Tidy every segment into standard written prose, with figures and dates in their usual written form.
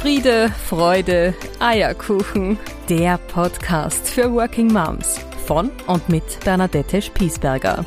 Friede, Freude, Eierkuchen. Der Podcast für Working Moms von und mit Bernadette Spiesberger.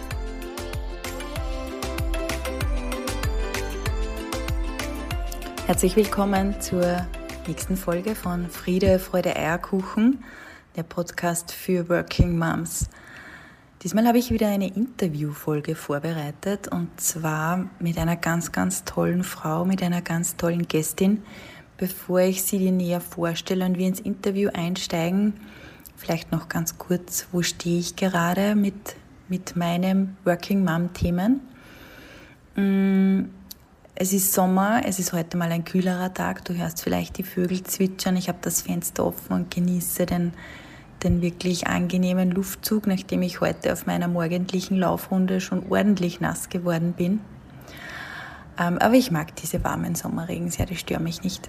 Herzlich willkommen zur nächsten Folge von Friede, Freude, Eierkuchen, der Podcast für Working Moms. Diesmal habe ich wieder eine Interviewfolge vorbereitet und zwar mit einer ganz, ganz tollen Frau, mit einer ganz tollen Gästin. Bevor ich sie dir näher vorstelle und wir ins Interview einsteigen, vielleicht noch ganz kurz, wo stehe ich gerade mit meinen Working Mom-Themen. Es ist Sommer, es ist heute mal ein kühlerer Tag, du hörst vielleicht die Vögel zwitschern, ich habe das Fenster offen und genieße den wirklich angenehmen Luftzug, nachdem ich heute auf meiner morgendlichen Laufrunde schon ordentlich nass geworden bin. Aber ich mag diese warmen Sommerregen sehr, die stören mich nicht.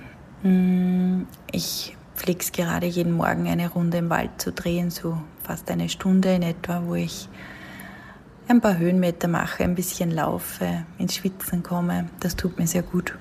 Ich pflege es gerade jeden Morgen eine Runde im Wald zu drehen, so fast eine Stunde in etwa, wo ich ein paar Höhenmeter mache, ein bisschen laufe, ins Schwitzen komme. Das tut mir sehr gut.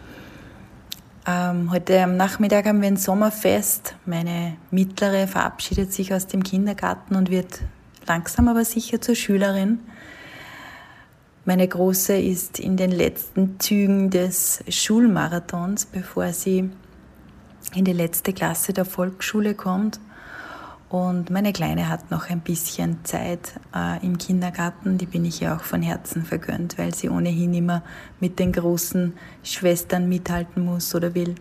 Heute am Nachmittag haben wir ein Sommerfest. Meine Mittlere verabschiedet sich aus dem Kindergarten und wird langsam aber sicher zur Schülerin. Meine Große ist in den letzten Zügen des Schulmarathons, bevor sie in die letzte Klasse der Volksschule kommt. Und meine Kleine hat noch ein bisschen Zeit im Kindergarten. Die bin ich ja auch von Herzen vergönnt, weil sie ohnehin immer mit den großen Schwestern mithalten muss oder will.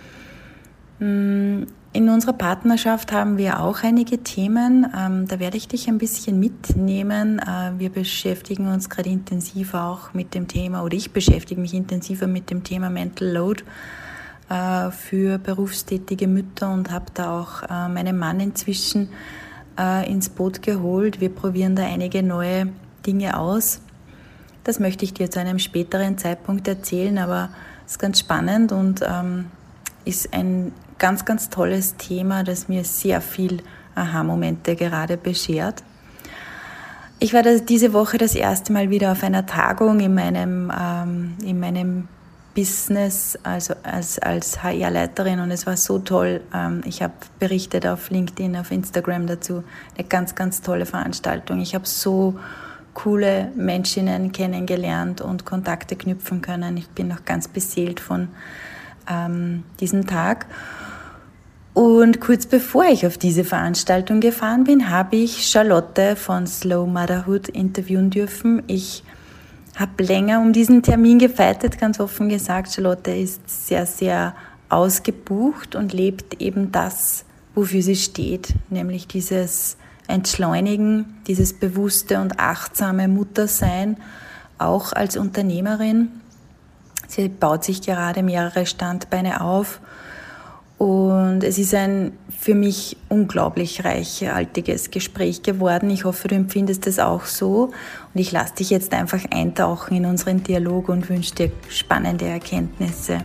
In unserer Partnerschaft haben wir auch einige Themen. Da werde ich dich ein bisschen mitnehmen. Wir beschäftigen uns gerade intensiver auch mit dem Thema, oder ich beschäftige mich intensiver mit dem Thema Mental Load für berufstätige Mütter und habe da auch meinen Mann inzwischen ins Boot geholt. Wir probieren da einige neue Dinge aus. Das möchte ich dir zu einem späteren Zeitpunkt erzählen, aber es ist ganz spannend und ist ein ganz, ganz tolles Thema, das mir sehr viel Aha-Momente gerade beschert. Ich war diese Woche das erste Mal wieder auf einer Tagung in meinem Business, also als HR-Leiterin, und es war so toll. Ich habe berichtet auf LinkedIn, auf Instagram dazu. Eine ganz, ganz tolle Veranstaltung. Ich habe so coole Menschinnen kennengelernt und Kontakte knüpfen können. Ich bin noch ganz beseelt von diesem Tag. Und kurz bevor ich auf diese Veranstaltung gefahren bin, habe ich Charlotte von Slow Motherhood interviewen dürfen. Ich habe länger um diesen Termin gefeitet, ganz offen gesagt. Charlotte ist sehr, sehr ausgebucht und lebt eben das, wofür sie steht, nämlich dieses Entschleunigen, dieses bewusste und achtsame Muttersein, auch als Unternehmerin. Sie baut sich gerade mehrere Standbeine auf. Und es ist ein für mich unglaublich reichhaltiges Gespräch geworden. Ich hoffe, du empfindest es auch so. Und ich lasse dich jetzt einfach eintauchen in unseren Dialog und wünsche dir spannende Erkenntnisse.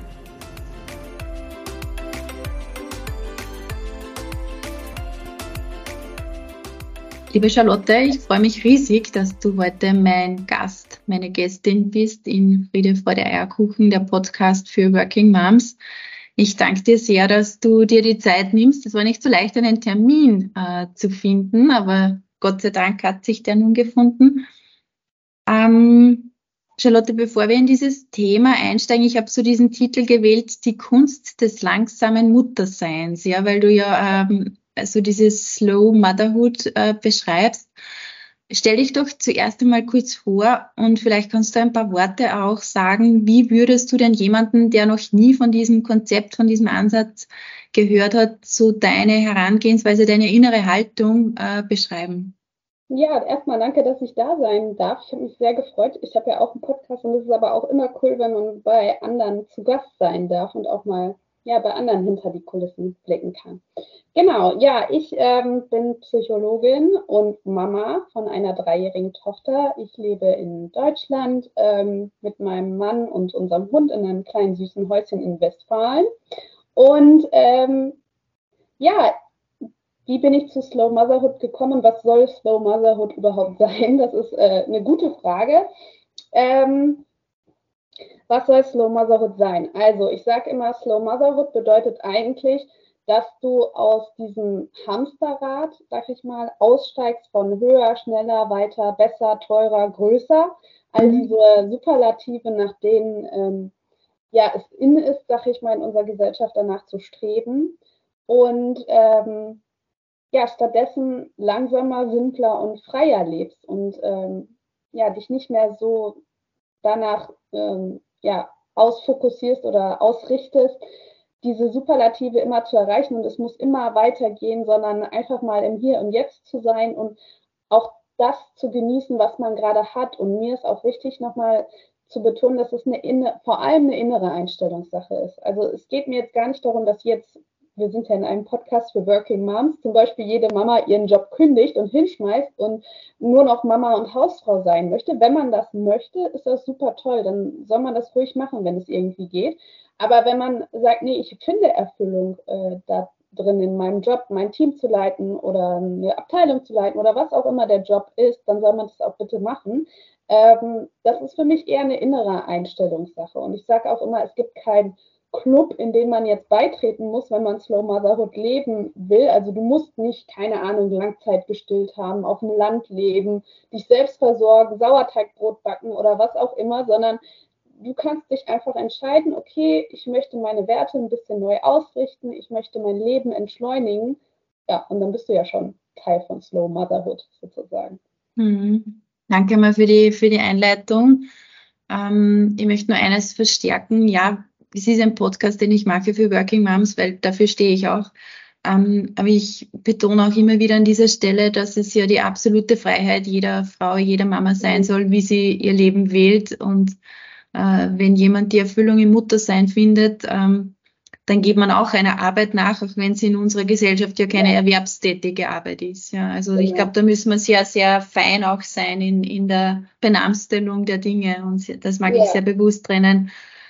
Liebe Charlotte, ich freue mich riesig, dass du heute mein Gast, meine Gästin bist in Friede, Freude, Eierkuchen, der Podcast für Working Moms. Ich danke dir sehr, dass du dir die Zeit nimmst. Es war nicht so leicht, einen Termin zu finden, aber Gott sei Dank hat sich der nun gefunden. Charlotte, bevor wir in dieses Thema einsteigen, ich habe so diesen Titel gewählt, die Kunst des langsamen Mutterseins, ja, weil du ja so dieses Slow Motherhood beschreibst. Stell dich doch zuerst einmal kurz vor und vielleicht kannst du ein paar Worte auch sagen, wie würdest du denn jemanden, der noch nie von diesem Konzept, von diesem Ansatz gehört hat, so deine Herangehensweise, deine innere Haltung beschreiben? Ja, erstmal danke, dass ich da sein darf. Ich habe mich sehr gefreut. Ich habe ja auch einen Podcast und es ist aber auch immer cool, wenn man bei anderen zu Gast sein darf und auch mal bei anderen hinter die Kulissen blicken kann. Genau, ja, ich bin Psychologin und Mama von einer 3-jährigen Tochter. Ich lebe in Deutschland mit meinem Mann und unserem Hund in einem kleinen süßen Häuschen in Westfalen. Und wie bin ich zu Slow Motherhood gekommen? Was soll Slow Motherhood überhaupt sein? Das ist eine gute Frage. was soll Slow Motherhood sein? Also ich sage immer, Slow Motherhood bedeutet eigentlich, dass du aus diesem Hamsterrad, sag ich mal, aussteigst von höher, schneller, weiter, besser, teurer, größer. All diese Superlative, nach denen es in ist, sag ich mal, in unserer Gesellschaft danach zu streben. Und stattdessen langsamer, simpler und freier lebst und dich nicht mehr so danach ausfokussierst oder ausrichtest, diese Superlative immer zu erreichen und es muss immer weitergehen, sondern einfach mal im Hier und Jetzt zu sein und auch das zu genießen, was man gerade hat. Und mir ist auch wichtig, nochmal zu betonen, dass es vor allem eine innere Einstellungssache ist. Also es geht mir jetzt gar nicht darum, dass jetzt, wir sind ja in einem Podcast für Working Moms, zum Beispiel jede Mama ihren Job kündigt und hinschmeißt und nur noch Mama und Hausfrau sein möchte. Wenn man das möchte, ist das super toll. Dann soll man das ruhig machen, wenn es irgendwie geht. Aber wenn man sagt, nee, ich finde Erfüllung da drin in meinem Job, mein Team zu leiten oder eine Abteilung zu leiten oder was auch immer der Job ist, dann soll man das auch bitte machen. Das ist für mich eher eine innere Einstellungssache. Und ich sage auch immer, es gibt keinen Club, in den man jetzt beitreten muss, wenn man Slow Motherhood leben will. Also du musst nicht, keine Ahnung, Langzeit gestillt haben, auf dem Land leben, dich selbst versorgen, Sauerteigbrot backen oder was auch immer, sondern du kannst dich einfach entscheiden, okay, ich möchte meine Werte ein bisschen neu ausrichten, ich möchte mein Leben entschleunigen. Ja, und dann bist du ja schon Teil von Slow Motherhood sozusagen. Danke mal für die Einleitung. Ich möchte nur eines verstärken. Ja, es ist ein Podcast, den ich mache für Working Moms, weil dafür stehe ich auch. Aber ich betone auch immer wieder an dieser Stelle, dass es ja die absolute Freiheit jeder Frau, jeder Mama sein soll, wie sie ihr Leben wählt. Und wenn jemand die Erfüllung im Muttersein findet, dann geht man auch einer Arbeit nach, auch wenn es in unserer Gesellschaft ja keine erwerbstätige Arbeit ist. Ja, also ich glaube, da müssen wir sehr, sehr fein auch sein in der Benamstellung der Dinge und das mag ich sehr bewusst trennen.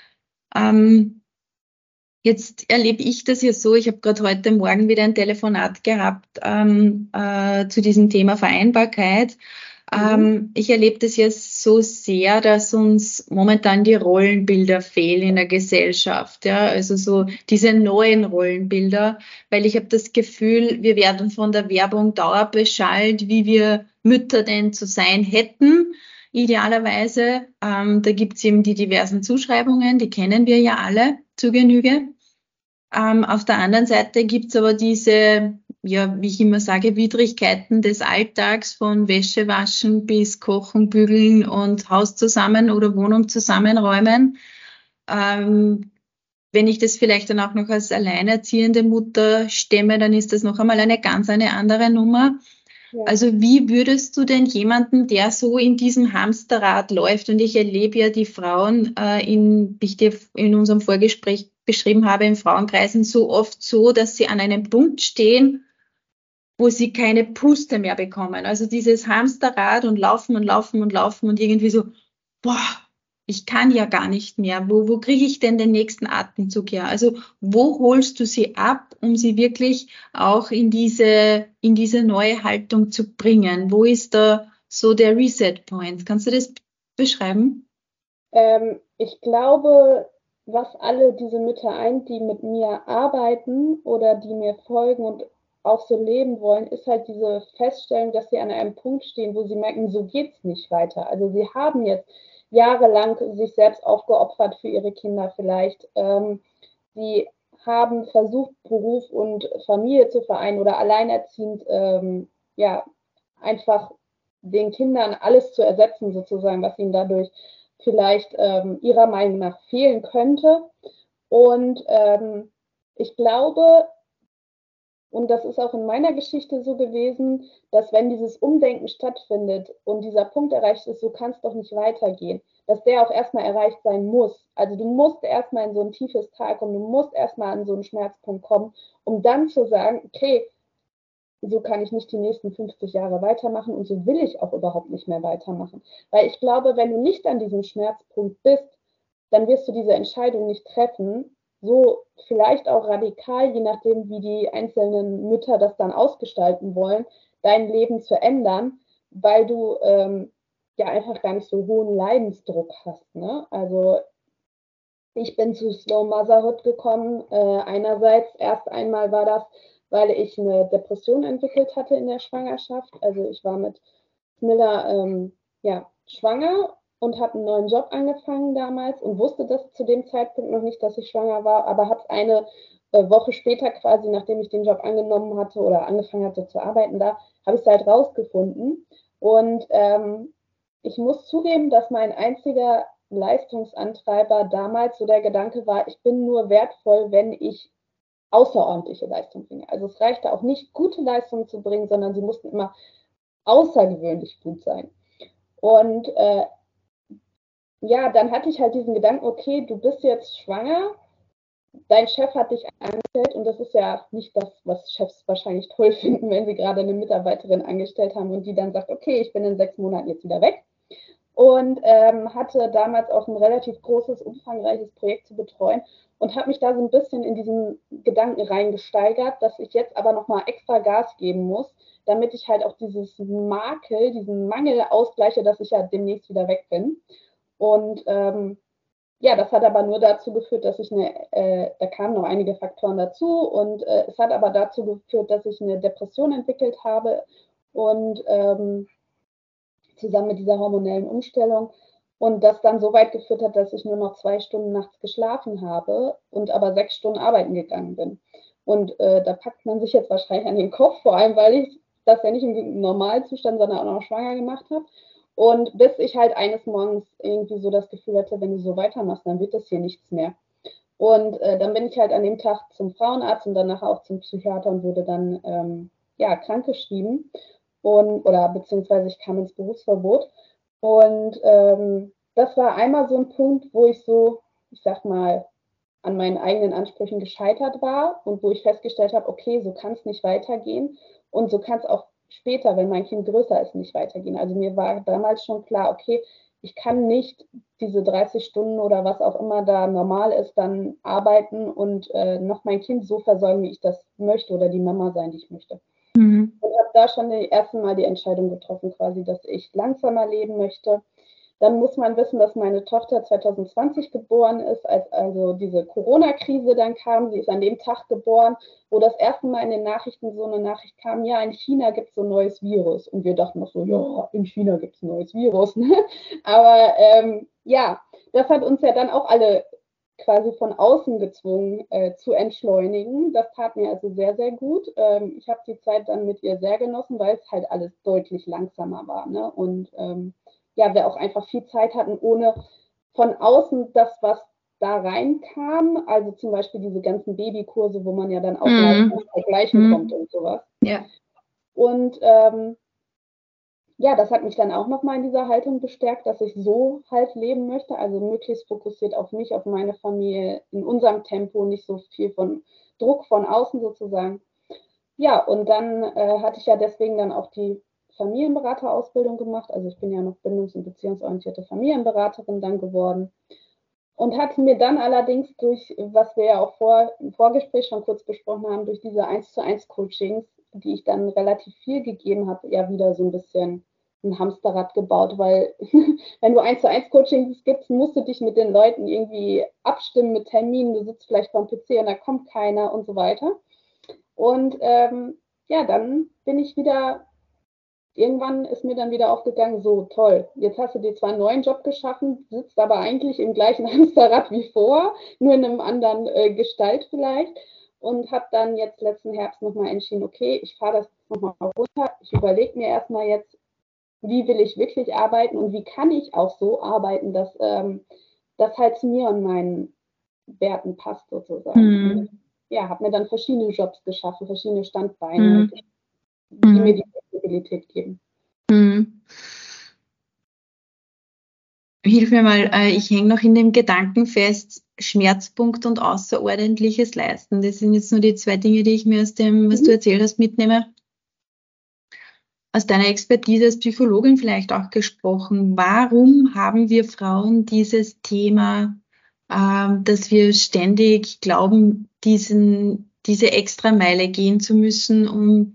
Jetzt erlebe ich das ja so, ich habe gerade heute Morgen wieder ein Telefonat gehabt zu diesem Thema Vereinbarkeit. Ich erlebe das ja so sehr, dass uns momentan die Rollenbilder fehlen in der Gesellschaft, ja, also so diese neuen Rollenbilder, weil ich habe das Gefühl, wir werden von der Werbung dauerbeschallt, wie wir Mütter denn zu sein hätten, idealerweise. Da gibt's eben die diversen Zuschreibungen, die kennen wir ja alle zu Genüge. Auf der anderen Seite gibt's aber diese, ja, wie ich immer sage, Widrigkeiten des Alltags, von Wäsche waschen bis Kochen, Bügeln und Haus zusammen oder Wohnung zusammenräumen. Wenn ich das vielleicht dann auch noch als alleinerziehende Mutter stemme, dann ist das noch einmal eine andere Nummer. Ja. Also wie würdest du denn jemanden, der so in diesem Hamsterrad läuft, und ich erlebe ja die Frauen, wie ich dir in unserem Vorgespräch beschrieben habe, in Frauenkreisen so oft so, dass sie an einem Punkt stehen, wo sie keine Puste mehr bekommen. Also dieses Hamsterrad und laufen und laufen und laufen und irgendwie so, boah, ich kann ja gar nicht mehr. Wo kriege ich denn den nächsten Atemzug her? Also wo holst du sie ab, um sie wirklich auch in diese neue Haltung zu bringen? Wo ist da so der Reset-Point? Kannst du das beschreiben? Ich glaube, was alle diese Mütter eint, die mit mir arbeiten oder die mir folgen und auch so leben wollen, ist halt diese Feststellung, dass sie an einem Punkt stehen, wo sie merken, so geht's nicht weiter. Also sie haben jetzt jahrelang sich selbst aufgeopfert für ihre Kinder vielleicht. Sie haben versucht, Beruf und Familie zu vereinen oder alleinerziehend, einfach den Kindern alles zu ersetzen, sozusagen, was ihnen dadurch vielleicht ihrer Meinung nach fehlen könnte. Und ich glaube, und das ist auch in meiner Geschichte so gewesen, dass wenn dieses Umdenken stattfindet und dieser Punkt erreicht ist, so kann es doch nicht weitergehen, dass der auch erstmal erreicht sein muss. Also du musst erstmal in so ein tiefes Tal kommen, du musst erstmal an so einen Schmerzpunkt kommen, um dann zu sagen, okay, so kann ich nicht die nächsten 50 Jahre weitermachen und so will ich auch überhaupt nicht mehr weitermachen. Weil ich glaube, wenn du nicht an diesem Schmerzpunkt bist, dann wirst du diese Entscheidung nicht treffen, so vielleicht auch radikal, je nachdem, wie die einzelnen Mütter das dann ausgestalten wollen, dein Leben zu ändern, weil du einfach gar nicht so hohen Leidensdruck hast. Ne? Also Ich bin zu Slow Motherhood gekommen. Einerseits, erst einmal war das, weil ich eine Depression entwickelt hatte in der Schwangerschaft. Also ich war mit Miller schwanger und habe einen neuen Job angefangen damals und wusste das zu dem Zeitpunkt noch nicht, dass ich schwanger war, aber habe es eine Woche später quasi, nachdem ich den Job angenommen hatte oder angefangen hatte zu arbeiten da, habe ich es halt rausgefunden. Und ich muss zugeben, dass mein einziger Leistungsantreiber damals so der Gedanke war, ich bin nur wertvoll, wenn ich außerordentliche Leistung bringe. Also es reichte auch nicht, gute Leistungen zu bringen, sondern sie mussten immer außergewöhnlich gut sein. Und dann hatte ich halt diesen Gedanken, okay, du bist jetzt schwanger, dein Chef hat dich angestellt und das ist ja nicht das, was Chefs wahrscheinlich toll finden, wenn sie gerade eine Mitarbeiterin angestellt haben und die dann sagt, okay, ich bin in 6 Monaten jetzt wieder weg. Und hatte damals auch ein relativ großes, umfangreiches Projekt zu betreuen und habe mich da so ein bisschen in diesen Gedanken reingesteigert, dass ich jetzt aber nochmal extra Gas geben muss, damit ich halt auch diesen Mangel ausgleiche, dass ich ja demnächst wieder weg bin. Und das hat aber nur dazu geführt, dass da kamen noch einige Faktoren dazu und es hat aber dazu geführt, dass ich eine Depression entwickelt habe und zusammen mit dieser hormonellen Umstellung und das dann so weit geführt hat, dass ich nur noch 2 Stunden nachts geschlafen habe und aber 6 Stunden arbeiten gegangen bin. Und da packt man sich jetzt wahrscheinlich an den Kopf, vor allem, weil ich das ja nicht im Normalzustand, sondern auch noch schwanger gemacht habe. Und bis ich halt eines Morgens irgendwie so das Gefühl hatte, wenn du so weitermachst, dann wird das hier nichts mehr. Und dann bin ich halt an dem Tag zum Frauenarzt und danach auch zum Psychiater und wurde dann krankgeschrieben. Beziehungsweise ich kam ins Berufsverbot. Und das war einmal so ein Punkt, wo ich so, ich sag mal, an meinen eigenen Ansprüchen gescheitert war und wo ich festgestellt habe, okay, so kann es nicht weitergehen und so kann es auch später, wenn mein Kind größer ist, nicht weitergehen. Also mir war damals schon klar, okay, ich kann nicht diese 30 Stunden oder was auch immer da normal ist, dann arbeiten und noch mein Kind so versorgen, wie ich das möchte oder die Mama sein, die ich möchte. Und habe da schon das erste Mal die Entscheidung getroffen, quasi, dass ich langsamer leben möchte. Dann muss man wissen, dass meine Tochter 2020 geboren ist, als also diese Corona-Krise dann kam. Sie ist an dem Tag geboren, wo das erste Mal in den Nachrichten so eine Nachricht kam, ja, in China gibt es so ein neues Virus. Und wir dachten noch so, ja, in China gibt es ein neues Virus. Aber das hat uns ja dann auch alle quasi von außen gezwungen zu entschleunigen. Das tat mir also sehr, sehr gut. Ich habe die Zeit dann mit ihr sehr genossen, weil es halt alles deutlich langsamer war. Ne? Und wir auch einfach viel Zeit hatten, ohne von außen das, was da reinkam, also zum Beispiel diese ganzen Babykurse, wo man ja dann auch vergleichen konnte und sowas. Ja. Und das hat mich dann auch nochmal in dieser Haltung bestärkt, dass ich so halt leben möchte, also möglichst fokussiert auf mich, auf meine Familie, in unserem Tempo, nicht so viel von Druck von außen sozusagen. Ja, und dann hatte ich ja deswegen dann auch die Familienberaterausbildung gemacht, also ich bin ja noch bindungs- und beziehungsorientierte Familienberaterin dann geworden und hatte mir dann allerdings durch, was wir ja auch im Vorgespräch schon kurz besprochen haben, durch diese 1:1 Coachings, die ich dann relativ viel gegeben habe, ja wieder so ein bisschen ein Hamsterrad gebaut, weil wenn du 1:1 Coachings gibst, musst du dich mit den Leuten irgendwie abstimmen mit Terminen, du sitzt vielleicht vorm PC und da kommt keiner und so weiter. Und dann bin ich irgendwann ist mir dann wieder aufgegangen, so toll, jetzt hast du dir zwar einen neuen Job geschaffen, sitzt aber eigentlich im gleichen Hamsterrad wie vor, nur in einem anderen Gestalt vielleicht und habe dann jetzt letzten Herbst nochmal entschieden, okay, ich fahre das nochmal runter, ich überlege mir erstmal jetzt, wie will ich wirklich arbeiten und wie kann ich auch so arbeiten, dass das halt zu mir und meinen Werten passt sozusagen. Habe mir dann verschiedene Jobs geschaffen, verschiedene Standbeine, die mir die Flexibilität geben. Hilf mir mal, ich hänge noch in dem Gedanken fest, Schmerzpunkt und außerordentliches Leisten. Das sind jetzt nur die 2 Dinge, die ich mir aus dem, was du erzählt hast, mitnehme. Aus deiner Expertise als Psychologin vielleicht auch gesprochen. Warum haben wir Frauen dieses Thema, dass wir ständig glauben, diese Extrameile gehen zu müssen, um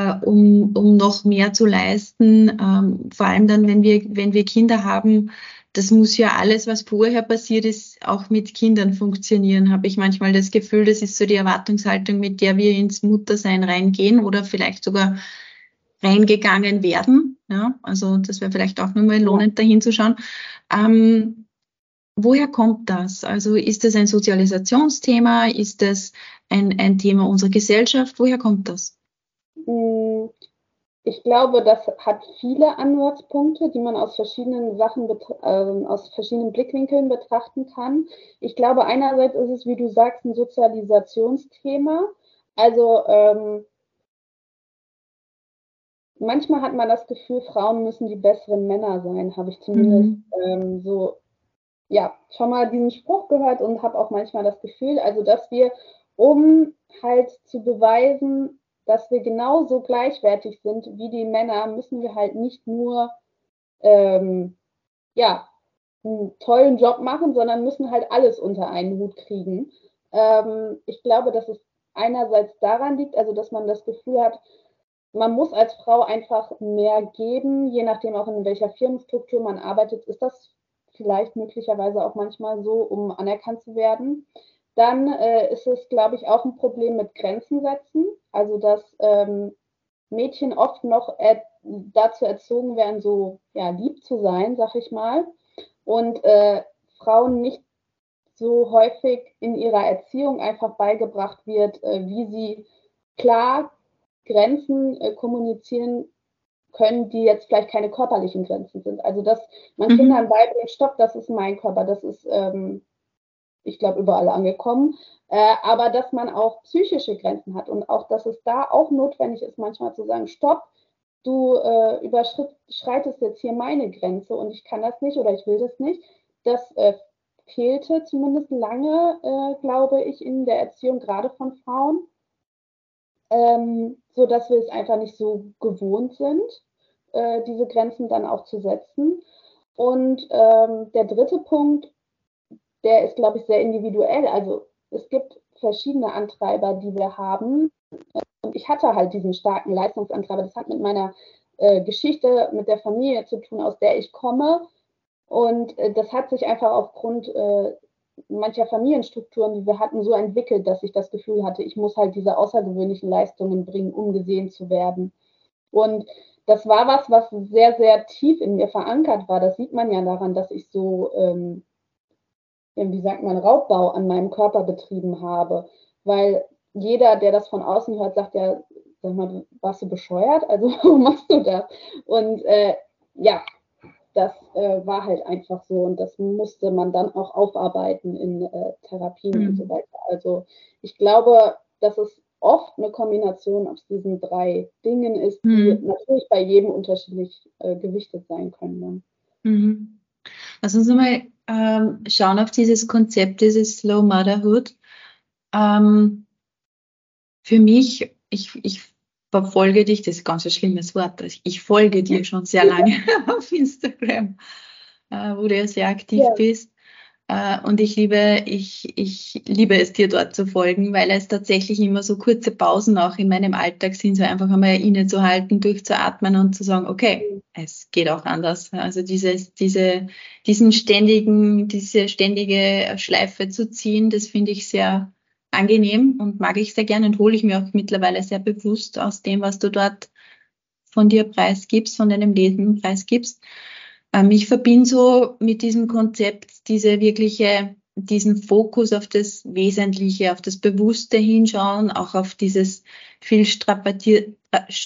noch mehr zu leisten, vor allem dann, wenn wir Kinder haben, das muss ja alles, was vorher passiert ist, auch mit Kindern funktionieren, habe ich manchmal das Gefühl, das ist so die Erwartungshaltung, mit der wir ins Muttersein reingehen oder vielleicht sogar reingegangen werden. Ja, also das wäre vielleicht auch nochmal lohnend, da hinzuschauen. Woher kommt das? Also ist das ein Sozialisationsthema? Ist das ein Thema unserer Gesellschaft? Woher kommt das? Ich glaube, das hat viele Ansatzpunkte, die man aus verschiedenen Sachen, aus verschiedenen Blickwinkeln betrachten kann. Ich glaube, einerseits ist es, wie du sagst, ein Sozialisationsthema. Also manchmal hat man das Gefühl, Frauen müssen die besseren Männer sein, habe ich zumindest schon mal diesen Spruch gehört und habe auch manchmal das Gefühl, also dass wir, um halt zu beweisen, dass wir genauso gleichwertig sind wie die Männer, müssen wir halt nicht nur einen tollen Job machen, sondern müssen halt alles unter einen Hut kriegen. Ich glaube, dass es einerseits daran liegt, also dass man das Gefühl hat, man muss als Frau einfach mehr geben, je nachdem auch in welcher Firmenstruktur man arbeitet, ist das vielleicht möglicherweise auch manchmal so, um anerkannt zu werden. Dann ist es, glaube ich, auch ein Problem mit Grenzen setzen. Also, dass Mädchen oft noch dazu erzogen werden, so lieb zu sein, sag ich mal. Und Frauen nicht so häufig in ihrer Erziehung einfach beigebracht wird, wie sie klar Grenzen kommunizieren können, die jetzt vielleicht keine körperlichen Grenzen sind. Also, dass man Kindern beibringt, stopp, das ist mein Körper, das ist ich glaube, überall angekommen, aber dass man auch psychische Grenzen hat und auch, dass es da auch notwendig ist, manchmal zu sagen, stopp, du überschreitest jetzt hier meine Grenze und ich kann das nicht oder ich will das nicht. Das fehlte zumindest lange, glaube ich, in der Erziehung, gerade von Frauen, so dass wir es einfach nicht so gewohnt sind, diese Grenzen dann auch zu setzen. Und der dritte Punkt, der ist, glaube ich, sehr individuell. Also es gibt verschiedene Antreiber, die wir haben. Und ich hatte halt diesen starken Leistungsantreiber. Das hat mit meiner Geschichte, mit der Familie zu tun, aus der ich komme. Und das hat sich einfach aufgrund mancher Familienstrukturen, die wir hatten, so entwickelt, dass ich das Gefühl hatte, ich muss halt diese außergewöhnlichen Leistungen bringen, um gesehen zu werden. Und das war was sehr, sehr tief in mir verankert war. Das sieht man ja daran, dass ich so wie sagt man, Raubbau an meinem Körper betrieben habe. Weil jeder, der das von außen hört, sagt ja, sag mal, warst du bescheuert? Also warum machst du das? Und das war halt einfach so und das musste man dann auch aufarbeiten in Therapien und so weiter. Also ich glaube, dass es oft eine Kombination aus diesen 3 Dingen ist, die natürlich bei jedem unterschiedlich gewichtet sein können. Dann. Lass uns nochmal schauen auf dieses Konzept, dieses Slow Motherhood. Für mich, ich verfolge dich, das ist ganz ein schlimmes Wort, ich folge dir schon sehr lange auf Instagram, wo du ja sehr aktiv bist. Und ich liebe es, dir dort zu folgen, weil es tatsächlich immer so kurze Pausen auch in meinem Alltag sind, so einfach einmal innezuhalten, durchzuatmen und zu sagen, okay, es geht auch anders. Also diese ständige Schleife zu ziehen, das finde ich sehr angenehm und mag ich sehr gerne und hole ich mir auch mittlerweile sehr bewusst aus dem, was du dort von dir preisgibst, von deinem Leben preisgibst. Ich verbinde so mit diesem Konzept diesen Fokus auf das Wesentliche, auf das bewusste Hinschauen, auch auf dieses viel strapazierte,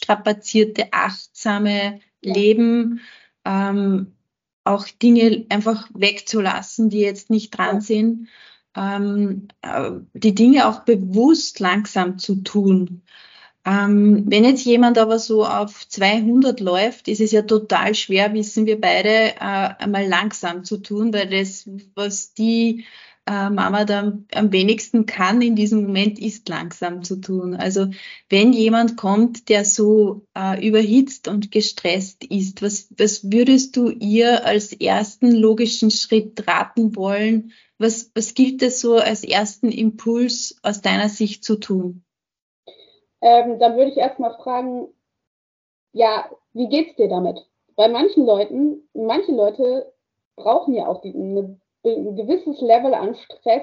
achtsame Leben, auch Dinge einfach wegzulassen, die jetzt nicht dran sind, die Dinge auch bewusst langsam zu tun. Wenn jetzt jemand aber so auf 200 läuft, ist es ja total schwer, wissen wir beide, einmal langsam zu tun, weil das, was die Mama dann am wenigsten kann in diesem Moment, ist langsam zu tun. Also wenn jemand kommt, der so überhitzt und gestresst ist, was würdest du ihr als ersten logischen Schritt raten wollen? Was gilt es so als ersten Impuls aus deiner Sicht zu tun? Dann würde ich erstmal fragen, wie geht's dir damit? Bei manche Leute brauchen ja auch ein gewisses Level an Stress,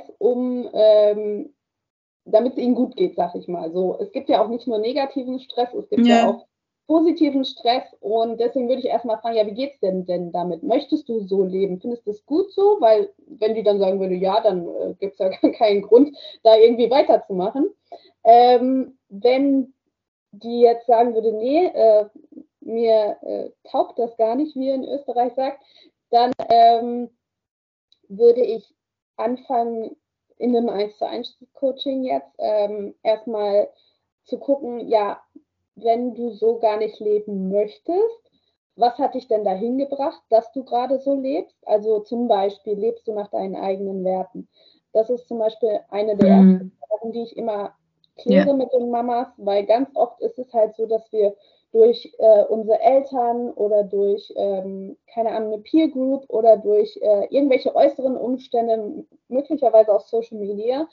damit es ihnen gut geht, sag ich mal. So, es gibt ja auch nicht nur negativen Stress, es gibt ja auch positiven Stress, und deswegen würde ich erstmal fragen, ja, wie geht's denn damit? Möchtest du so leben? Findest du es gut so? Weil wenn die dann sagen würde, ja, dann gibt es ja gar keinen Grund, da irgendwie weiterzumachen. Wenn die jetzt sagen würde, nee, mir taugt das gar nicht, wie ihr in Österreich sagt, dann würde ich anfangen, in einem 1:1 Coaching jetzt erstmal zu gucken, ja, wenn du so gar nicht leben möchtest, was hat dich denn dahin gebracht, dass du gerade so lebst? Also zum Beispiel, lebst du nach deinen eigenen Werten? Das ist zum Beispiel eine der ersten Fragen, die ich immer kläre mit den Mamas, weil ganz oft ist es halt so, dass wir durch unsere Eltern oder durch, keine Ahnung, eine Peer Group oder durch irgendwelche äußeren Umstände, möglicherweise auch Social Media,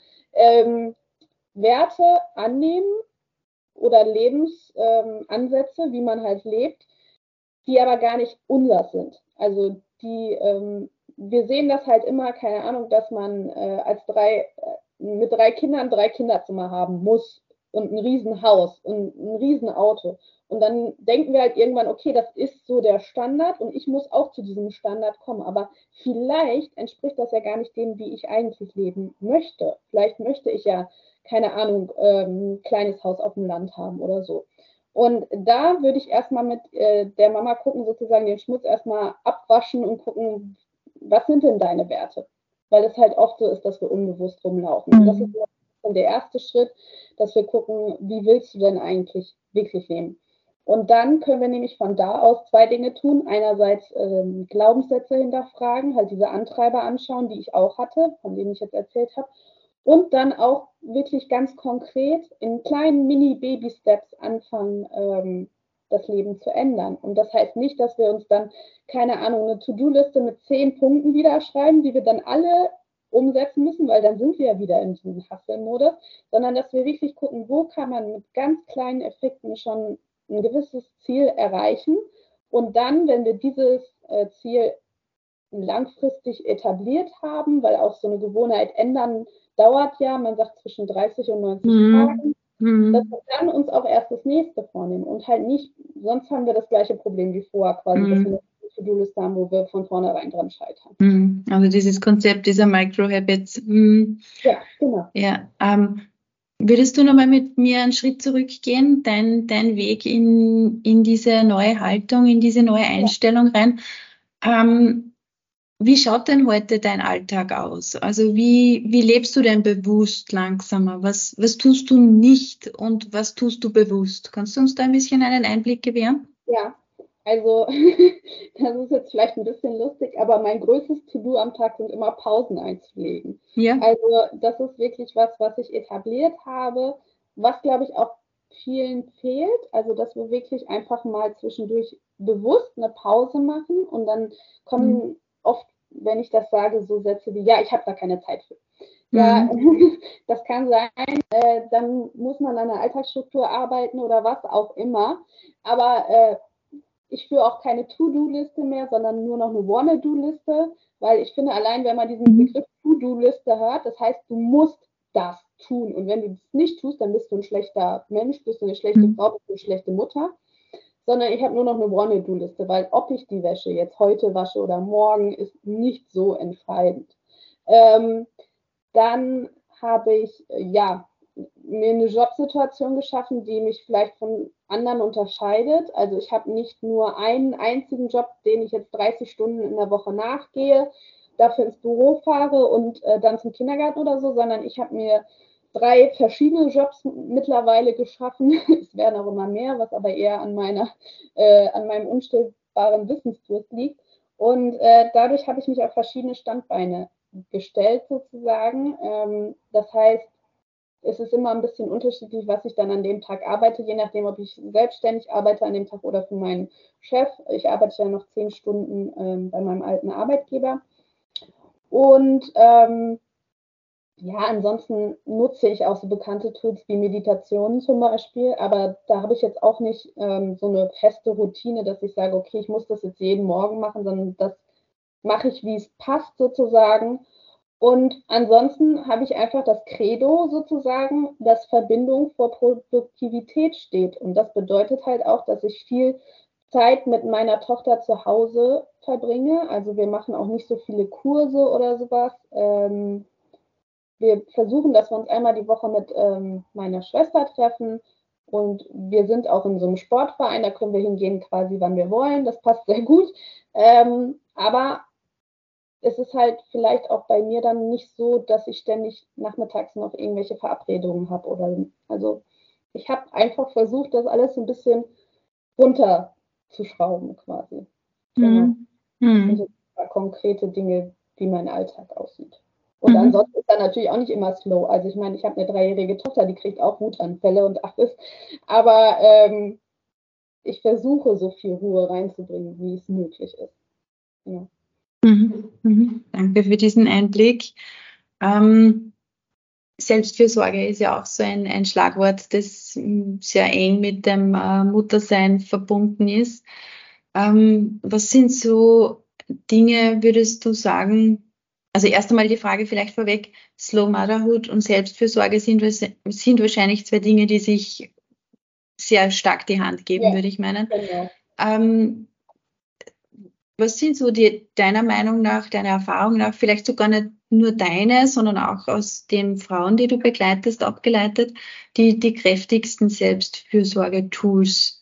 Werte annehmen oder Lebensansätze, wie man halt lebt, die aber gar nicht unser sind. Also wir sehen das halt immer, keine Ahnung, dass man mit 3 Kindern 3 Kinderzimmer haben muss und ein Riesenhaus und ein Riesenauto. Und dann denken wir halt irgendwann, okay, das ist so der Standard und ich muss auch zu diesem Standard kommen. Aber vielleicht entspricht das ja gar nicht dem, wie ich eigentlich leben möchte. Vielleicht möchte ich ja, keine Ahnung, ein kleines Haus auf dem Land haben oder so. Und da würde ich erstmal mit der Mama gucken, sozusagen den Schmutz erstmal abwaschen und gucken, was sind denn deine Werte? Weil es halt oft so ist, dass wir unbewusst rumlaufen. Und das ist der erste Schritt, dass wir gucken, wie willst du denn eigentlich wirklich leben? Und dann können wir nämlich von da aus 2 Dinge tun. Einerseits Glaubenssätze hinterfragen, halt diese Antreiber anschauen, die ich auch hatte, von denen ich jetzt erzählt habe. Und dann auch wirklich ganz konkret in kleinen Mini-Baby-Steps anfangen, das Leben zu ändern. Und das heißt nicht, dass wir uns dann, keine Ahnung, eine To-Do-Liste mit 10 Punkten wieder schreiben, die wir dann alle umsetzen müssen, weil dann sind wir ja wieder in diesem Hustle-Modus, sondern dass wir wirklich gucken, wo kann man mit ganz kleinen Effekten schon ein gewisses Ziel erreichen. Und dann, wenn wir dieses Ziel langfristig etabliert haben, weil auch so eine Gewohnheit ändern dauert ja, man sagt zwischen 30 und 90 Tagen, dass wir dann uns auch erst das nächste vornehmen und halt nicht, sonst haben wir das gleiche Problem wie vorher quasi, dass wir eine To-Do-Liste haben, wo wir von vornherein dran scheitern. Also dieses Konzept dieser Micro-Habits. Ja, genau. Ja, würdest du nochmal mit mir einen Schritt zurückgehen, dein Weg in diese neue Haltung, in diese neue Einstellung rein? Wie schaut denn heute dein Alltag aus? Also wie lebst du denn bewusst langsamer? Was tust du nicht und was tust du bewusst? Kannst du uns da ein bisschen einen Einblick gewähren? Ja, also das ist jetzt vielleicht ein bisschen lustig, aber mein größtes To-Do am Tag sind immer Pausen einzulegen. Ja. Also das ist wirklich was ich etabliert habe, was, glaube ich, auch vielen fehlt. Also dass wir wirklich einfach mal zwischendurch bewusst eine Pause machen und dann kommen oft, wenn ich das sage, so Sätze wie, ja, ich habe da keine Zeit für. Ja, das kann sein, dann muss man an der Alltagsstruktur arbeiten oder was auch immer. Aber ich führe auch keine To-Do-Liste mehr, sondern nur noch eine Wanna-Do-Liste, weil ich finde, allein wenn man diesen Begriff To-Do-Liste hört, das heißt, du musst das tun. Und wenn du das nicht tust, dann bist du ein schlechter Mensch, bist du eine schlechte Frau, bist du eine schlechte Mutter. Sondern ich habe nur noch eine Wanna-Do-Liste, weil ob ich die Wäsche jetzt heute wasche oder morgen, ist nicht so entscheidend. Dann habe ich, mir eine Jobsituation geschaffen, die mich vielleicht von anderen unterscheidet. Also ich habe nicht nur einen einzigen Job, den ich jetzt 30 Stunden in der Woche nachgehe, dafür ins Büro fahre und dann zum Kindergarten oder so, sondern ich habe mir 3 verschiedene Jobs mittlerweile geschaffen. Es werden auch immer mehr, was aber eher an meinem unstillbaren Wissensdurst liegt. Und dadurch habe ich mich auf verschiedene Standbeine gestellt sozusagen. Das heißt, es ist immer ein bisschen unterschiedlich, was ich dann an dem Tag arbeite, je nachdem, ob ich selbstständig arbeite an dem Tag oder für meinen Chef. Ich arbeite ja noch 10 Stunden bei meinem alten Arbeitgeber. Und ansonsten nutze ich auch so bekannte Tools wie Meditationen zum Beispiel, aber da habe ich jetzt auch nicht so eine feste Routine, dass ich sage, okay, ich muss das jetzt jeden Morgen machen, sondern das mache ich, wie es passt sozusagen. Und ansonsten habe ich einfach das Credo sozusagen, dass Verbindung vor Produktivität steht. Und das bedeutet halt auch, dass ich viel Zeit mit meiner Tochter zu Hause verbringe. Also wir machen auch nicht so viele Kurse oder sowas. Wir versuchen, dass wir uns einmal die Woche mit meiner Schwester treffen. Und wir sind auch in so einem Sportverein, da können wir hingehen quasi, wann wir wollen. Das passt sehr gut. Aber es ist halt vielleicht auch bei mir dann nicht so, dass ich ständig nachmittags noch irgendwelche Verabredungen habe. Also ich habe einfach versucht, das alles ein bisschen runterzuschrauben quasi. Genau. Das sind so konkrete Dinge, wie mein Alltag aussieht. Und ansonsten ist er natürlich auch nicht immer slow. Also ich meine, ich habe eine 3-jährige Tochter, die kriegt auch Wutanfälle und alles. Aber ich versuche, so viel Ruhe reinzubringen, wie es möglich ist. Ja. Danke für diesen Einblick. Selbstfürsorge ist ja auch so ein Schlagwort, das sehr eng mit dem Muttersein verbunden ist. Was sind so Dinge, würdest du sagen, also erst einmal die Frage vielleicht vorweg, Slow Motherhood und Selbstfürsorge sind wahrscheinlich zwei Dinge, die sich sehr stark die Hand geben, würde ich meinen. Genau. Was sind so deiner Meinung nach, deiner Erfahrung nach, vielleicht sogar nicht nur deine, sondern auch aus den Frauen, die du begleitest, abgeleitet, die kräftigsten Selbstfürsorge-Tools?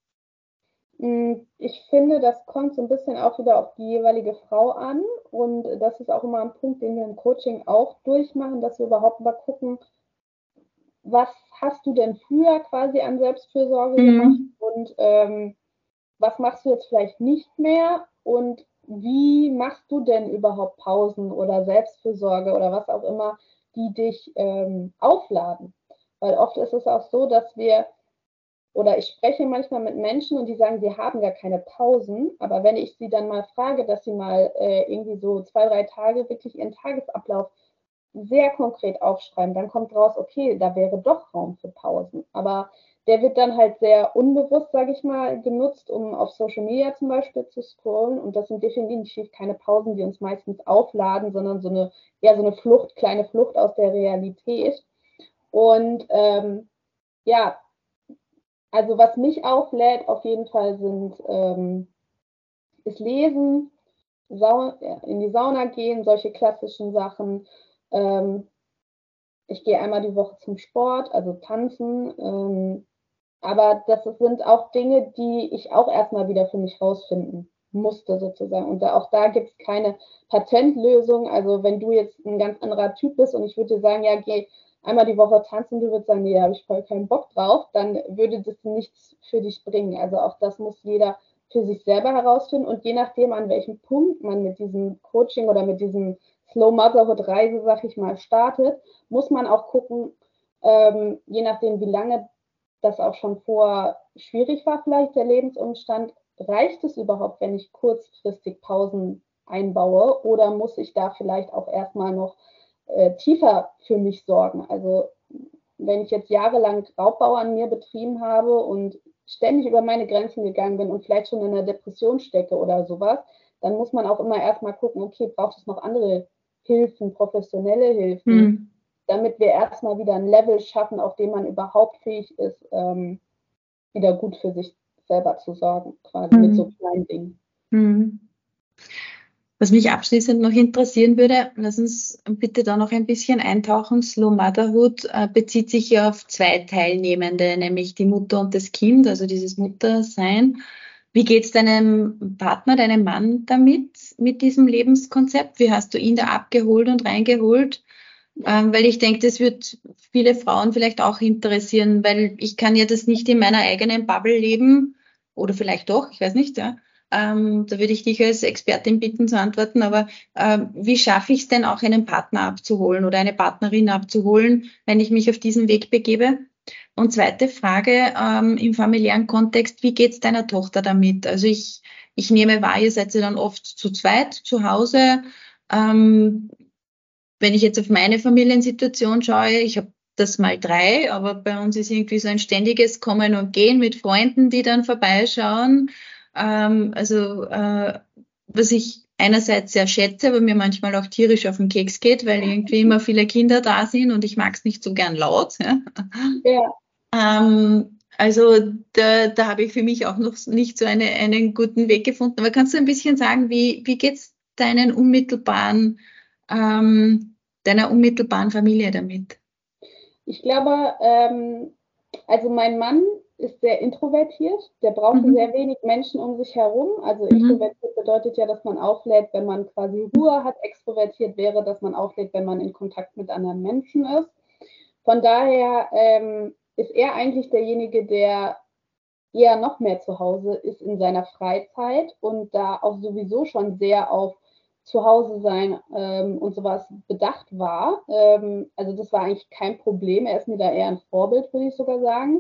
Ich finde, das kommt so ein bisschen auch wieder auf die jeweilige Frau an. Und das ist auch immer ein Punkt, den wir im Coaching auch durchmachen, dass wir überhaupt mal gucken, was hast du denn früher quasi an Selbstfürsorge gemacht und was machst du jetzt vielleicht nicht mehr und wie machst du denn überhaupt Pausen oder Selbstfürsorge oder was auch immer, die dich aufladen? Weil oft ist es auch so, dass ich spreche manchmal mit Menschen und die sagen, sie haben gar keine Pausen, aber wenn ich sie dann mal frage, dass sie mal irgendwie so 2-3 Tage wirklich ihren Tagesablauf sehr konkret aufschreiben, dann kommt raus, okay, da wäre doch Raum für Pausen, aber der wird dann halt sehr unbewusst, sage ich mal, genutzt, um auf Social Media zum Beispiel zu scrollen. Und das sind definitiv keine Pausen, die uns meistens aufladen, sondern eher so eine kleine Flucht aus der Realität. Und also was mich auflädt, auf jeden Fall ist Lesen, in die Sauna gehen, solche klassischen Sachen. Ich gehe einmal die Woche zum Sport, also tanzen. Aber das sind auch Dinge, die ich auch erstmal wieder für mich rausfinden musste sozusagen. Und auch da gibt es keine Patentlösung. Also wenn du jetzt ein ganz anderer Typ bist und ich würde dir sagen, ja, geh einmal die Woche tanzen, du würdest sagen, nee, da habe ich voll keinen Bock drauf, dann würde das nichts für dich bringen. Also auch das muss jeder für sich selber herausfinden. Und je nachdem, an welchem Punkt man mit diesem Coaching oder mit diesem Slow Motherhood Reise, sag ich mal, startet, muss man auch gucken, je nachdem, wie lange das auch schon vorher schwierig war, vielleicht der Lebensumstand, reicht es überhaupt, wenn ich kurzfristig Pausen einbaue oder muss ich da vielleicht auch erstmal noch tiefer für mich sorgen? Also wenn ich jetzt jahrelang Raubbau an mir betrieben habe und ständig über meine Grenzen gegangen bin und vielleicht schon in einer Depression stecke oder sowas, dann muss man auch immer erstmal gucken, okay, braucht es noch andere Hilfen, professionelle Hilfen, damit wir erstmal wieder ein Level schaffen, auf dem man überhaupt fähig ist, wieder gut für sich selber zu sorgen, quasi mit so kleinen Dingen. Was mich abschließend noch interessieren würde, lass uns bitte da noch ein bisschen eintauchen. Slow Motherhood bezieht sich ja auf 2 Teilnehmende, nämlich die Mutter und das Kind, also dieses Muttersein. Wie geht's deinem Partner, deinem Mann damit, mit diesem Lebenskonzept? Wie hast du ihn da abgeholt und reingeholt? Weil ich denke, das wird viele Frauen vielleicht auch interessieren, weil ich kann ja das nicht in meiner eigenen Bubble leben oder vielleicht doch, ich weiß nicht, ja. Da würde ich dich als Expertin bitten zu antworten, aber wie schaffe ich es denn auch, einen Partner abzuholen oder eine Partnerin abzuholen, wenn ich mich auf diesen Weg begebe? Und zweite Frage, im familiären Kontext, wie geht's deiner Tochter damit? Also ich nehme wahr, ihr seid ja dann oft zu zweit zu Hause. Wenn ich jetzt auf meine Familiensituation schaue, ich habe das mal 3, aber bei uns ist irgendwie so ein ständiges Kommen und Gehen mit Freunden, die dann vorbeischauen. Was ich einerseits sehr schätze, aber mir manchmal auch tierisch auf den Keks geht, weil irgendwie immer viele Kinder da sind und ich mag es nicht so gern laut. Ja. Ja. Also da habe ich für mich auch noch nicht so einen guten Weg gefunden. Aber kannst du ein bisschen sagen, wie geht's deiner unmittelbaren Familie damit? Ich glaube, also mein Mann ist sehr introvertiert, der braucht sehr wenig Menschen um sich herum. Also introvertiert bedeutet ja, dass man auflädt, wenn man quasi Ruhe hat. Extrovertiert wäre, dass man auflädt, wenn man in Kontakt mit anderen Menschen ist. Von daher ist er eigentlich derjenige, der eher noch mehr zu Hause ist in seiner Freizeit und da auch sowieso schon sehr auf Zuhause sein und sowas bedacht war. Also das war eigentlich kein Problem. Er ist mir da eher ein Vorbild, würde ich sogar sagen.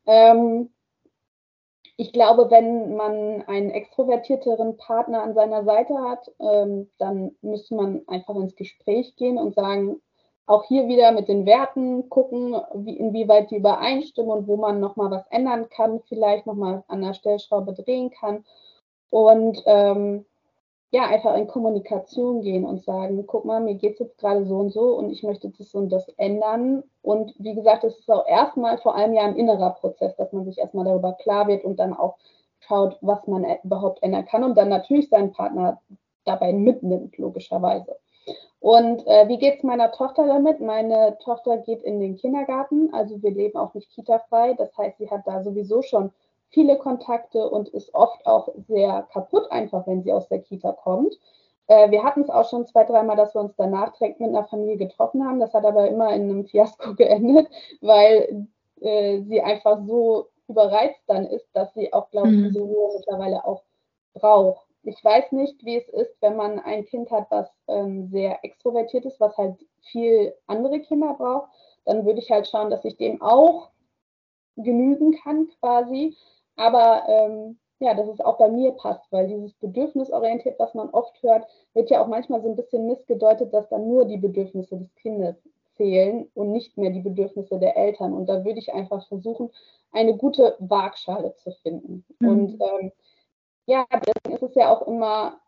Ich glaube, wenn man einen extrovertierteren Partner an seiner Seite hat, dann müsste man einfach ins Gespräch gehen und sagen, auch hier wieder mit den Werten gucken, inwieweit die übereinstimmen und wo man nochmal was ändern kann, vielleicht nochmal an der Stellschraube drehen kann. Und einfach in Kommunikation gehen und sagen, guck mal, mir geht es jetzt gerade so und ich möchte das und das ändern. Und wie gesagt, es ist auch erstmal vor allem ja ein innerer Prozess, dass man sich erstmal darüber klar wird und dann auch schaut, was man überhaupt ändern kann und dann natürlich seinen Partner dabei mitnimmt, logischerweise. Und wie geht es meiner Tochter damit? Meine Tochter geht in den Kindergarten, also wir leben auch nicht kita-frei. Das heißt, sie hat da sowieso schon viele Kontakte und ist oft auch sehr kaputt einfach, wenn sie aus der Kita kommt. Wir hatten es auch schon 2-3 Mal, dass wir uns danach direkt mit einer Familie getroffen haben. Das hat aber immer in einem Fiasko geendet, weil sie einfach so überreizt dann ist, dass sie auch, glaube ich, diese Ruhe mittlerweile auch braucht. Ich weiß nicht, wie es ist, wenn man ein Kind hat, was sehr extrovertiert ist, was halt viel andere Kinder braucht. Dann würde ich halt schauen, dass ich dem auch genügen kann quasi. Aber dass es auch bei mir passt, weil dieses bedürfnisorientiert, was man oft hört, wird ja auch manchmal so ein bisschen missgedeutet, dass dann nur die Bedürfnisse des Kindes zählen und nicht mehr die Bedürfnisse der Eltern. Und da würde ich einfach versuchen, eine gute Waagschale zu finden. Und deswegen ist es ja auch immer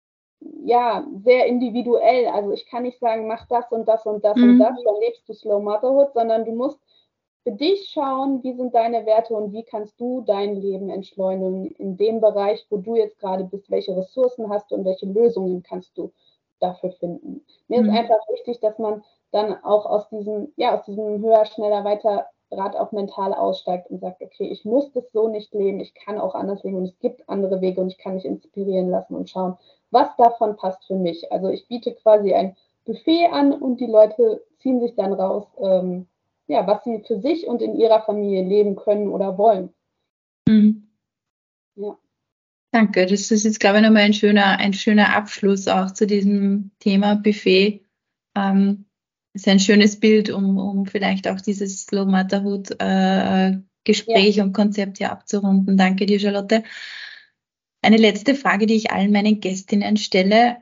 sehr individuell. Also ich kann nicht sagen, mach das und das und das und das, dann lebst du Slow Motherhood, sondern du musst für dich schauen, wie sind deine Werte und wie kannst du dein Leben entschleunigen in dem Bereich, wo du jetzt gerade bist, welche Ressourcen hast du und welche Lösungen kannst du dafür finden. Mir ist einfach wichtig, dass man dann auch aus diesem höher, schneller, weiter Rad auch mental aussteigt und sagt, okay, ich muss das so nicht leben, ich kann auch anders leben und es gibt andere Wege und ich kann mich inspirieren lassen und schauen, was davon passt für mich. Also ich biete quasi ein Buffet an und die Leute ziehen sich dann raus, was sie für sich und in ihrer Familie leben können oder wollen. Ja. Danke, das ist jetzt, glaube ich, nochmal ein schöner Abschluss auch zu diesem Thema Buffet. Ist ein schönes Bild, um vielleicht auch dieses Slow Motherhood Gespräch und Konzept hier abzurunden. Danke dir, Charlotte. Eine letzte Frage, die ich allen meinen Gästinnen stelle.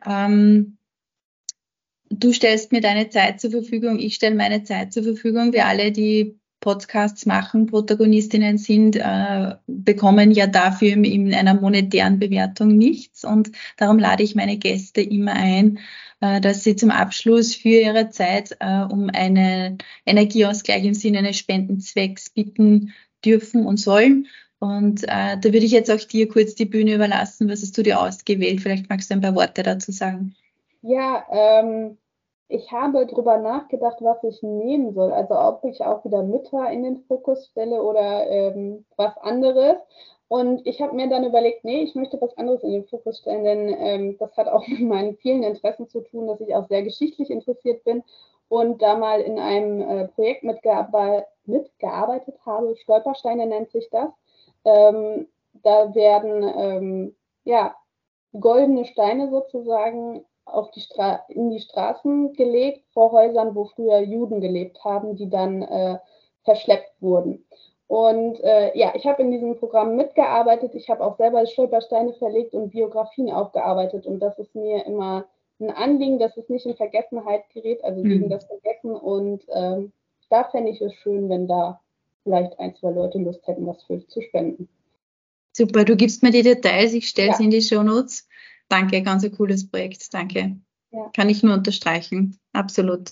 Du stellst mir deine Zeit zur Verfügung, ich stelle meine Zeit zur Verfügung. Wir alle, die Podcasts machen, Protagonistinnen sind, bekommen ja dafür in einer monetären Bewertung nichts. Und darum lade ich meine Gäste immer ein, dass sie zum Abschluss für ihre Zeit um einen Energieausgleich im Sinne eines Spendenzwecks bitten dürfen und sollen. Und da würde ich jetzt auch dir kurz die Bühne überlassen. Was hast du dir ausgewählt? Vielleicht magst du ein paar Worte dazu sagen. Ja, ich habe darüber nachgedacht, was ich nehmen soll. Also ob ich auch wieder Mütter in den Fokus stelle oder was anderes. Und ich habe mir dann überlegt, nee, ich möchte was anderes in den Fokus stellen, denn das hat auch mit meinen vielen Interessen zu tun, dass ich auch sehr geschichtlich interessiert bin und da mal in einem Projekt mitgearbeitet habe. Stolpersteine nennt sich das. Da werden goldene Steine sozusagen in die Straßen gelegt, vor Häusern, wo früher Juden gelebt haben, die dann verschleppt wurden. Und ich habe in diesem Programm mitgearbeitet. Ich habe auch selber Stolpersteine verlegt und Biografien aufgearbeitet. Und das ist mir immer ein Anliegen, dass es nicht in Vergessenheit gerät, also gegen das Vergessen. Und da fände ich es schön, wenn da vielleicht 1-2 Leute Lust hätten, was für zu spenden. Super, du gibst mir die Details, ich stelle sie in die Shownotes. Danke, ganz ein cooles Projekt, danke. Ja. Kann ich nur unterstreichen, absolut.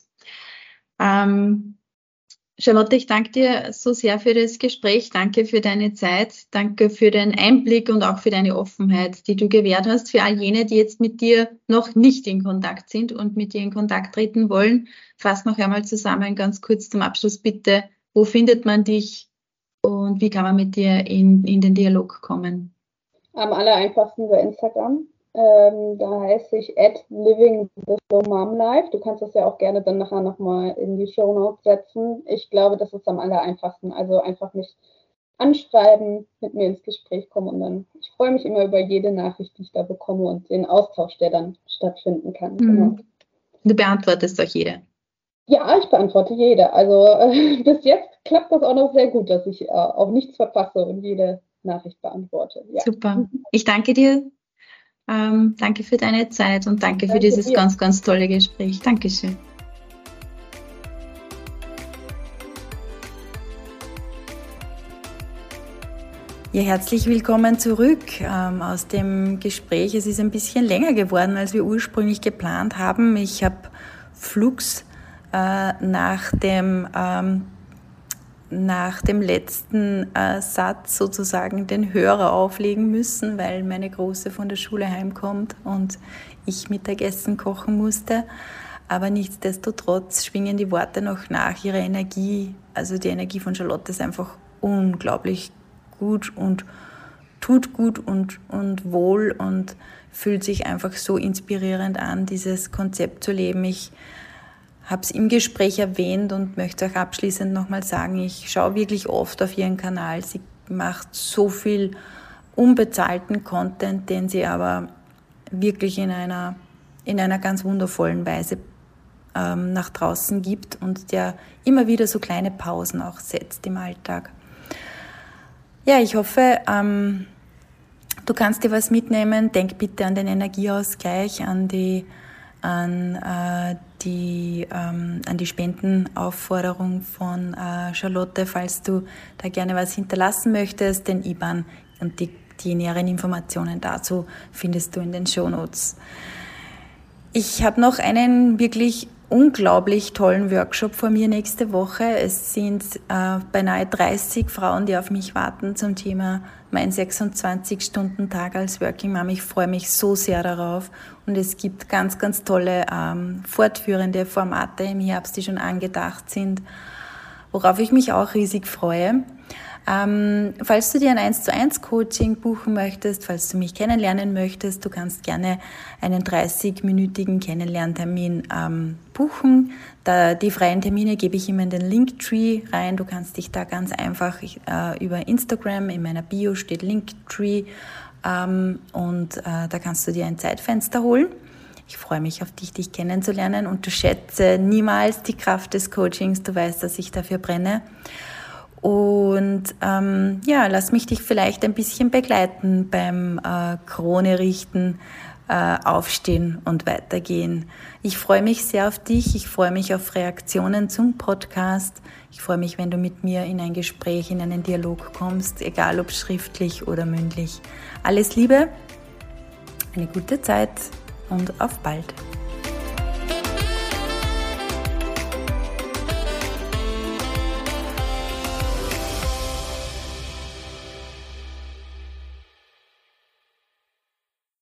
Charlotte, ich danke dir so sehr für das Gespräch, danke für deine Zeit, danke für den Einblick und auch für deine Offenheit, die du gewährt hast. Für all jene, die jetzt mit dir noch nicht in Kontakt sind und mit dir in Kontakt treten wollen, fass noch einmal zusammen, ganz kurz zum Abschluss bitte, wo findet man dich und wie kann man mit dir in den Dialog kommen? Am allereinfachsten über Instagram. Da heiße ich @livingtheflowmomlife. Du kannst das ja auch gerne dann nachher nochmal in die Shownotes setzen. Ich glaube, das ist am allereinfachsten. Also einfach mich anschreiben, mit mir ins Gespräch kommen und dann, ich freue mich immer über jede Nachricht, die ich da bekomme und den Austausch, der dann stattfinden kann. Genau. Du beantwortest auch jede. Ja, ich beantworte jede. Also bis jetzt klappt das auch noch sehr gut, dass ich auch nichts verpasse und jede Nachricht beantworte. Ja. Super. Ich danke dir. Danke für deine Zeit und danke für dieses ganz, ganz tolle Gespräch. Dankeschön. Ja, herzlich willkommen zurück aus dem Gespräch. Es ist ein bisschen länger geworden, als wir ursprünglich geplant haben. Ich habe flugs nach dem letzten Satz sozusagen den Hörer auflegen müssen, weil meine Große von der Schule heimkommt und ich Mittagessen kochen musste. Aber nichtsdestotrotz schwingen die Worte noch nach. Ihre Energie, also die Energie von Charlotte ist einfach unglaublich gut und tut gut und wohl und fühlt sich einfach so inspirierend an, dieses Konzept zu leben. Ich habe es im Gespräch erwähnt und möchte auch abschließend nochmal sagen, ich schaue wirklich oft auf ihren Kanal. Sie macht so viel unbezahlten Content, den sie aber wirklich in einer ganz wundervollen Weise nach draußen gibt und der immer wieder so kleine Pausen auch setzt im Alltag. Ja, ich hoffe, du kannst dir was mitnehmen. Denk bitte an den Energieausgleich, an die Spendenaufforderung von Charlotte, falls du da gerne was hinterlassen möchtest. Den IBAN und die näheren Informationen dazu findest du in den Shownotes. Ich habe noch einen wirklich unglaublich tollen Workshop vor mir nächste Woche. Es sind beinahe 30 Frauen, die auf mich warten zum Thema mein 26-Stunden-Tag als Working Mom. Ich freue mich so sehr darauf und es gibt ganz, ganz tolle fortführende Formate im Herbst, die schon angedacht sind, worauf ich mich auch riesig freue. Falls du dir ein 1:1 Coaching buchen möchtest, falls du mich kennenlernen möchtest, du kannst gerne einen 30-minütigen Kennenlerntermin buchen. Die freien Termine gebe ich immer in den Linktree rein. Du kannst dich da ganz einfach über Instagram, in meiner Bio steht Linktree, und da kannst du dir ein Zeitfenster holen. Ich freue mich auf dich kennenzulernen. Unterschätze niemals die Kraft des Coachings. Du weißt, dass ich dafür brenne. Und lass mich dich vielleicht ein bisschen begleiten beim Krone richten, aufstehen und weitergehen. Ich freue mich sehr auf dich. Ich freue mich auf Reaktionen zum Podcast. Ich freue mich, wenn du mit mir in ein Gespräch, in einen Dialog kommst, egal ob schriftlich oder mündlich. Alles Liebe, eine gute Zeit und auf bald.